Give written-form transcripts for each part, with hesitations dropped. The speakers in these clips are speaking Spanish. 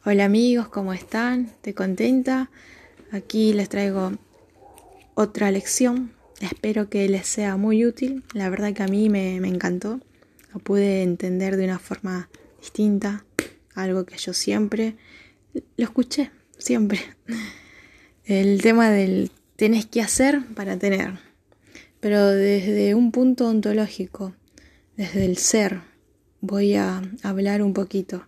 Hola amigos, ¿cómo están? ¿Estoy contenta? Aquí les traigo otra lección. Espero que les sea muy útil. La verdad que a mí me encantó. Lo pude entender de una forma distinta. Algo que yo siempre lo escuché, siempre. El tema del tenés que hacer para tener. Pero desde un punto ontológico, desde el ser, voy a hablar un poquito.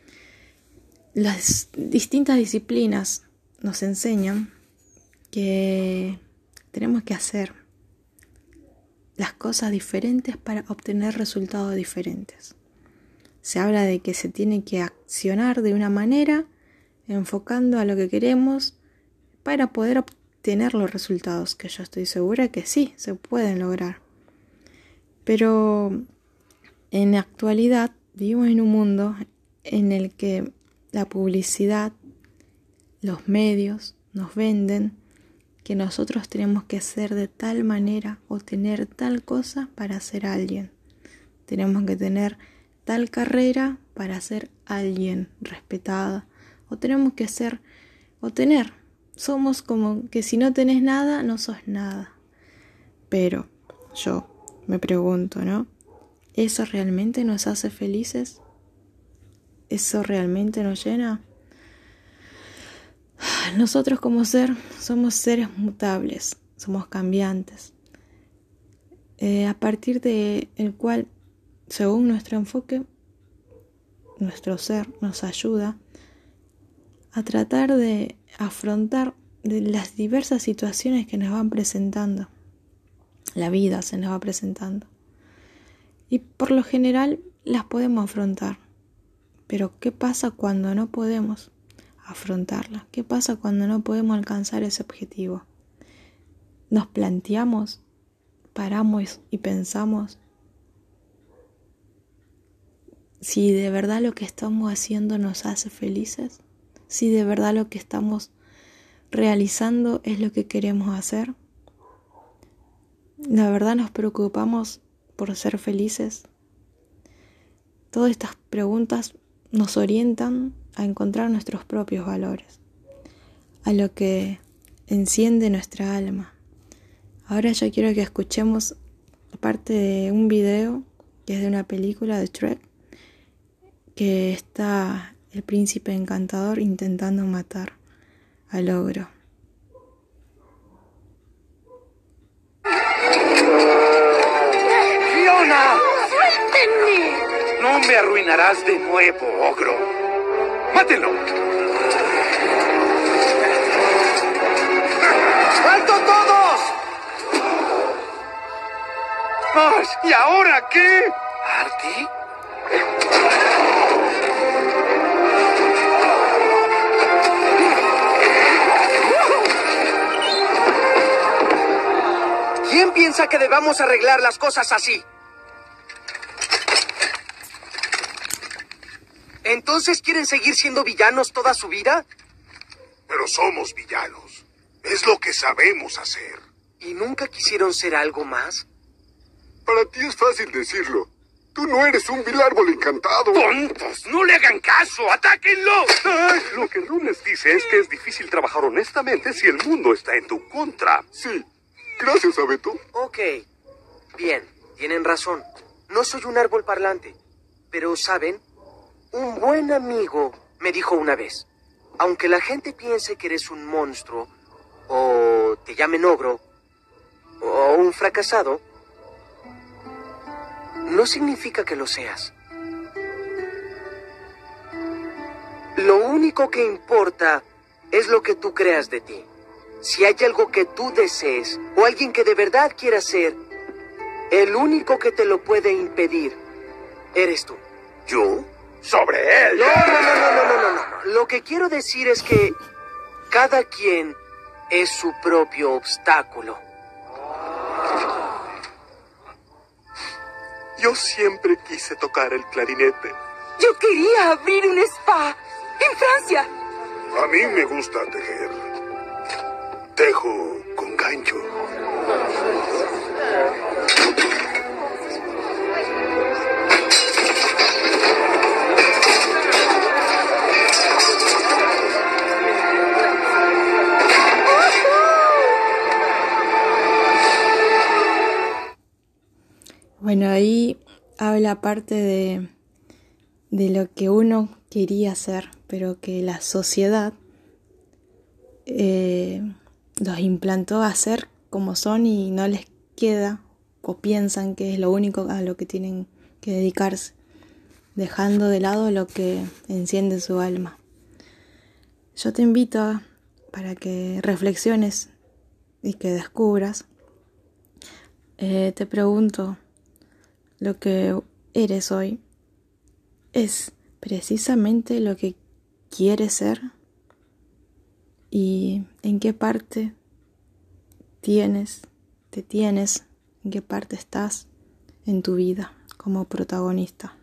Las distintas disciplinas nos enseñan que tenemos que hacer las cosas diferentes para obtener resultados diferentes. Se habla de que se tiene que accionar de una manera, enfocando a lo que queremos para poder obtener los resultados, que yo estoy segura que sí, se pueden lograr. Pero en la actualidad vivimos en un mundo en el que la publicidad, los medios nos venden que nosotros tenemos que ser de tal manera o tener tal cosa para ser alguien. Tenemos que tener tal carrera para ser alguien respetada. O tenemos que ser o tener. Somos como que si no tenés nada, no sos nada. Pero yo me pregunto, ¿no? ¿Eso realmente nos hace felices? ¿Eso realmente nos llena? Nosotros como ser somos seres mutables, somos cambiantes, a partir de el cual, según nuestro enfoque, nuestro ser nos ayuda a tratar de afrontar de las diversas situaciones que nos van presentando. La vida se nos va presentando. Y por lo general las podemos afrontar. Pero ¿qué pasa cuando no podemos afrontarla? ¿Qué pasa cuando no podemos alcanzar ese objetivo? Nos planteamos, paramos y pensamos si de verdad lo que estamos haciendo nos hace felices, si de verdad lo que estamos realizando es lo que queremos hacer. ¿La verdad nos preocupamos por ser felices? Todas estas preguntas nos orientan a encontrar nuestros propios valores, a lo que enciende nuestra alma. Ahora yo quiero que escuchemos parte de un video que es de una película de Shrek, que está el príncipe encantador intentando matar al ogro. ¡Fiona! ¡Suéltenme! No me arruinarás de nuevo, ogro. ¡Mátenlo! ¡Alto todos! ¡Ay! ¿Y ahora qué? ¿Artie? ¿Quién piensa que debamos arreglar las cosas así? ¿Entonces quieren seguir siendo villanos toda su vida? Pero somos villanos. Es lo que sabemos hacer. ¿Y nunca quisieron ser algo más? Para ti es fácil decirlo. Tú no eres un vil árbol encantado. ¡Tontos! ¡No le hagan caso! ¡Atáquenlo! Lo que Runes dice es que es difícil trabajar honestamente si el mundo está en tu contra. Sí. Gracias, Abeto. Ok. Bien, tienen razón. No soy un árbol parlante. Pero, ¿saben? Un buen amigo me dijo una vez, aunque la gente piense que eres un monstruo, o te llamen ogro, o un fracasado, no significa que lo seas. Lo único que importa es lo que tú creas de ti. Si hay algo que tú desees, o alguien que de verdad quiera ser, el único que te lo puede impedir eres tú. ¿Yo? ¡Sobre él! No. Lo que quiero decir es que cada quien es su propio obstáculo. Yo siempre quise tocar el clarinete. Yo quería abrir un spa en Francia. A mí me gusta tejer. Tejo con gancho. habla parte de lo que uno quería hacer, pero que la sociedad los implantó a ser como son y no les queda o piensan que es lo único a lo que tienen que dedicarse, dejando de lado lo que enciende su alma. Yo te invito para que reflexiones y que descubras. Te pregunto, ¿lo que eres hoy es precisamente lo que quieres ser? ¿Y en qué parte te tienes, en qué parte estás en tu vida como protagonista?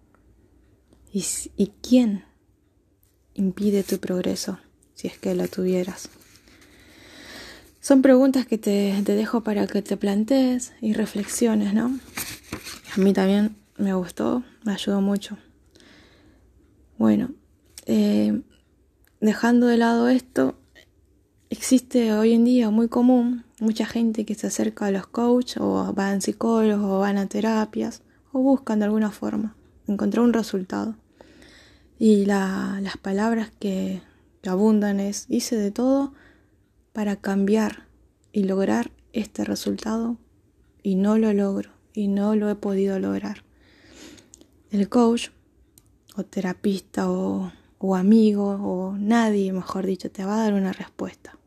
¿Y quién impide tu progreso, si es que lo tuvieras? Son preguntas que te dejo para que te plantees y reflexiones, ¿no? A mí también me gustó, me ayudó mucho. Bueno, dejando de lado esto, existe hoy en día muy común mucha gente que se acerca a los coaches o van psicólogos o van a terapias o buscan de alguna forma encontrar un resultado. Y las palabras que abundan es: hice de todo para cambiar y lograr este resultado y no lo logro y no lo he podido lograr. El coach o terapista o amigo o nadie, mejor dicho, te va a dar una respuesta.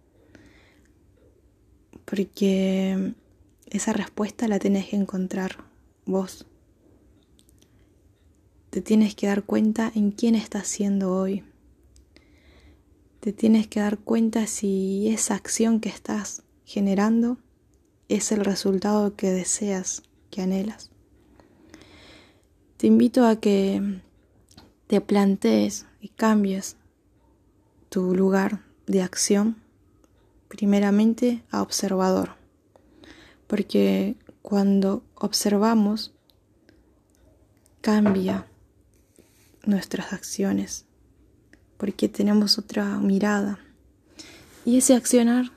Porque esa respuesta la tenés que encontrar vos. Te tienes que dar cuenta en quién estás siendo hoy. Te tienes que dar cuenta si esa acción que estás generando es el resultado que deseas, que anhelas. Te invito a que te plantees y cambies tu lugar de acción, primeramente a observador. Porque cuando observamos, cambia nuestras acciones, porque tenemos otra mirada. Y esa acción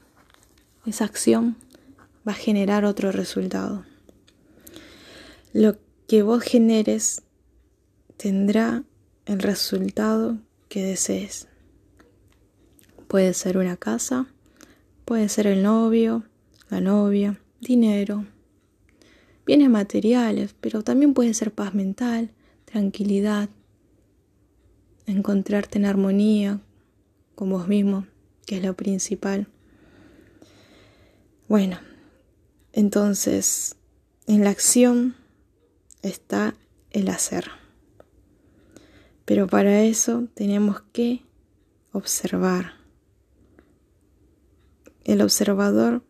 va a generar otro resultado. Lo que vos generes tendrá el resultado que desees. Puede ser una casa, puede ser el novio, la novia, dinero, bienes materiales, pero también puede ser paz mental, tranquilidad, encontrarte en armonía con vos mismo, que es lo principal. Bueno, entonces, en la acción está el hacer. Pero para eso tenemos que observar. El observador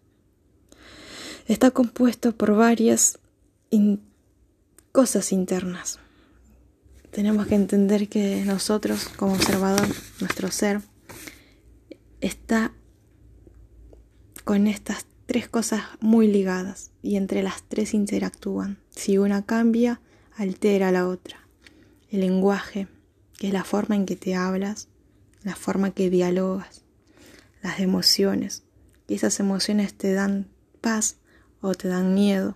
está compuesto por varias cosas internas. Tenemos que entender que nosotros, como observador, nuestro ser, está con estas tres cosas muy ligadas y entre las tres interactúan. Si una cambia, altera a la otra. El lenguaje, que es la forma en que te hablas, la forma que dialogas, las emociones, y esas emociones te dan paz o te dan miedo,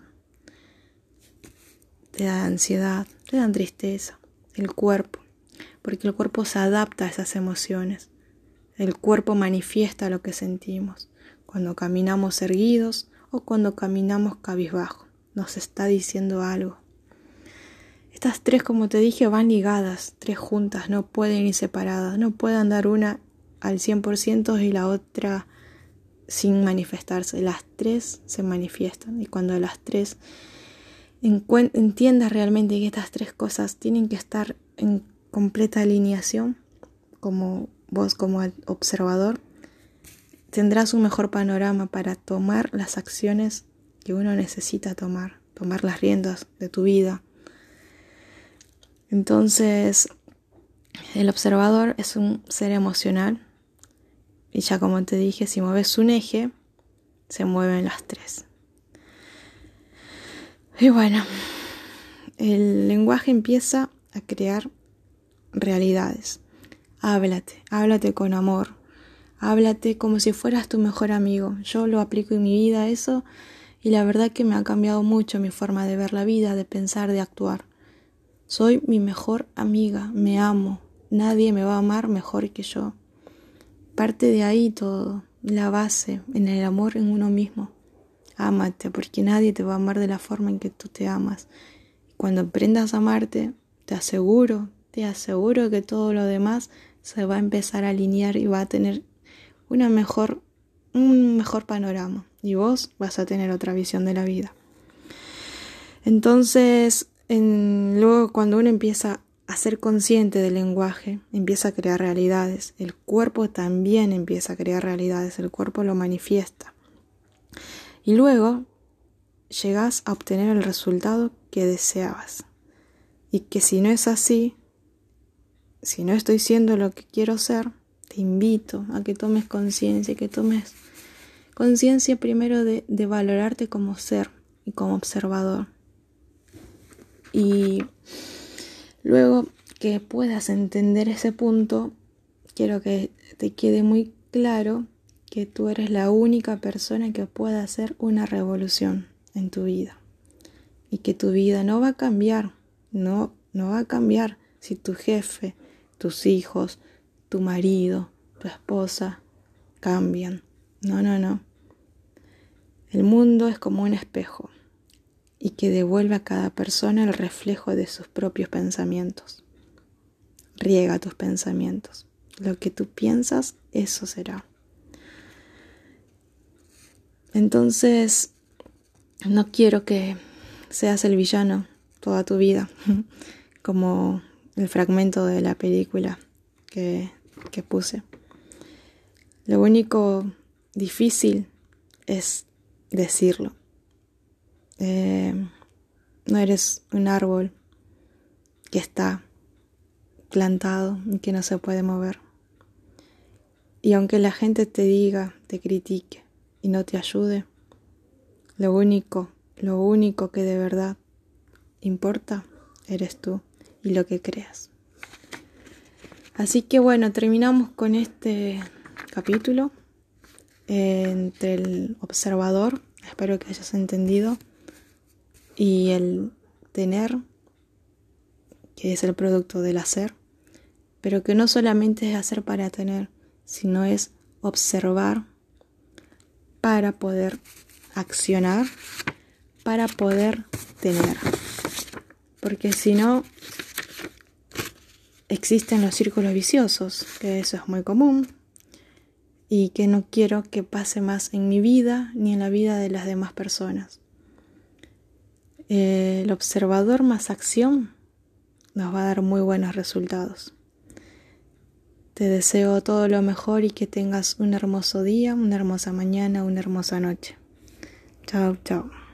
te dan ansiedad, te dan tristeza. El cuerpo, porque el cuerpo se adapta a esas emociones. El cuerpo manifiesta lo que sentimos cuando caminamos erguidos o cuando caminamos cabizbajo. Nos está diciendo algo. Estas tres, como te dije, van ligadas, tres juntas, no pueden ir separadas. No puede andar una al 100% y la otra sin manifestarse. Las tres se manifiestan y cuando las tres entiendas realmente que estas tres cosas tienen que estar en completa alineación, como vos como observador, tendrás un mejor panorama para tomar las acciones que uno necesita tomar las riendas de tu vida. Entonces, el observador es un ser emocional y ya como te dije, si mueves un eje, se mueven las tres. Y bueno, el lenguaje empieza a crear realidades. Háblate con amor, háblate como si fueras tu mejor amigo. Yo lo aplico en mi vida eso y la verdad que me ha cambiado mucho mi forma de ver la vida, de pensar, de actuar. Soy mi mejor amiga, me amo, nadie me va a amar mejor que yo. Parte de ahí todo, la base, en el amor en uno mismo. Ámate, porque nadie te va a amar de la forma en que tú te amas. Cuando aprendas a amarte, te aseguro que todo lo demás se va a empezar a alinear y va a tener un mejor panorama. Y vos vas a tener otra visión de la vida. Entonces, luego cuando uno empieza a ser consciente del lenguaje, empieza a crear realidades. El cuerpo también empieza a crear realidades, el cuerpo lo manifiesta. Y luego llegas a obtener el resultado que deseabas. Y que si no es así, si no estoy siendo lo que quiero ser, te invito a que tomes conciencia, primero de valorarte como ser y como observador. Y luego que puedas entender ese punto, quiero que te quede muy claro que tú eres la única persona que puede hacer una revolución en tu vida. Y que tu vida no va a cambiar, no va a cambiar si tu jefe, tus hijos, tu marido, tu esposa cambian. No. El mundo es como un espejo y que devuelve a cada persona el reflejo de sus propios pensamientos. Riega tus pensamientos. Lo que tú piensas, eso será. Entonces, no quiero que seas el villano toda tu vida, como el fragmento de la película que puse. Lo único difícil es decirlo. No eres un árbol que está plantado y que no se puede mover. Y aunque la gente te diga, te critique y no te ayude, lo único que de verdad importa eres tú y lo que creas. Así que bueno, terminamos con este capítulo entre el observador, espero que hayas entendido, y el tener, que es el producto del hacer, pero que no solamente es hacer para tener, sino es observar para poder accionar, para poder tener. Porque si no, existen los círculos viciosos, que eso es muy común y que no quiero que pase más en mi vida ni en la vida de las demás personas. El observador más acción nos va a dar muy buenos resultados. Te deseo todo lo mejor y que tengas un hermoso día, una hermosa mañana, una hermosa noche. Chao, chao.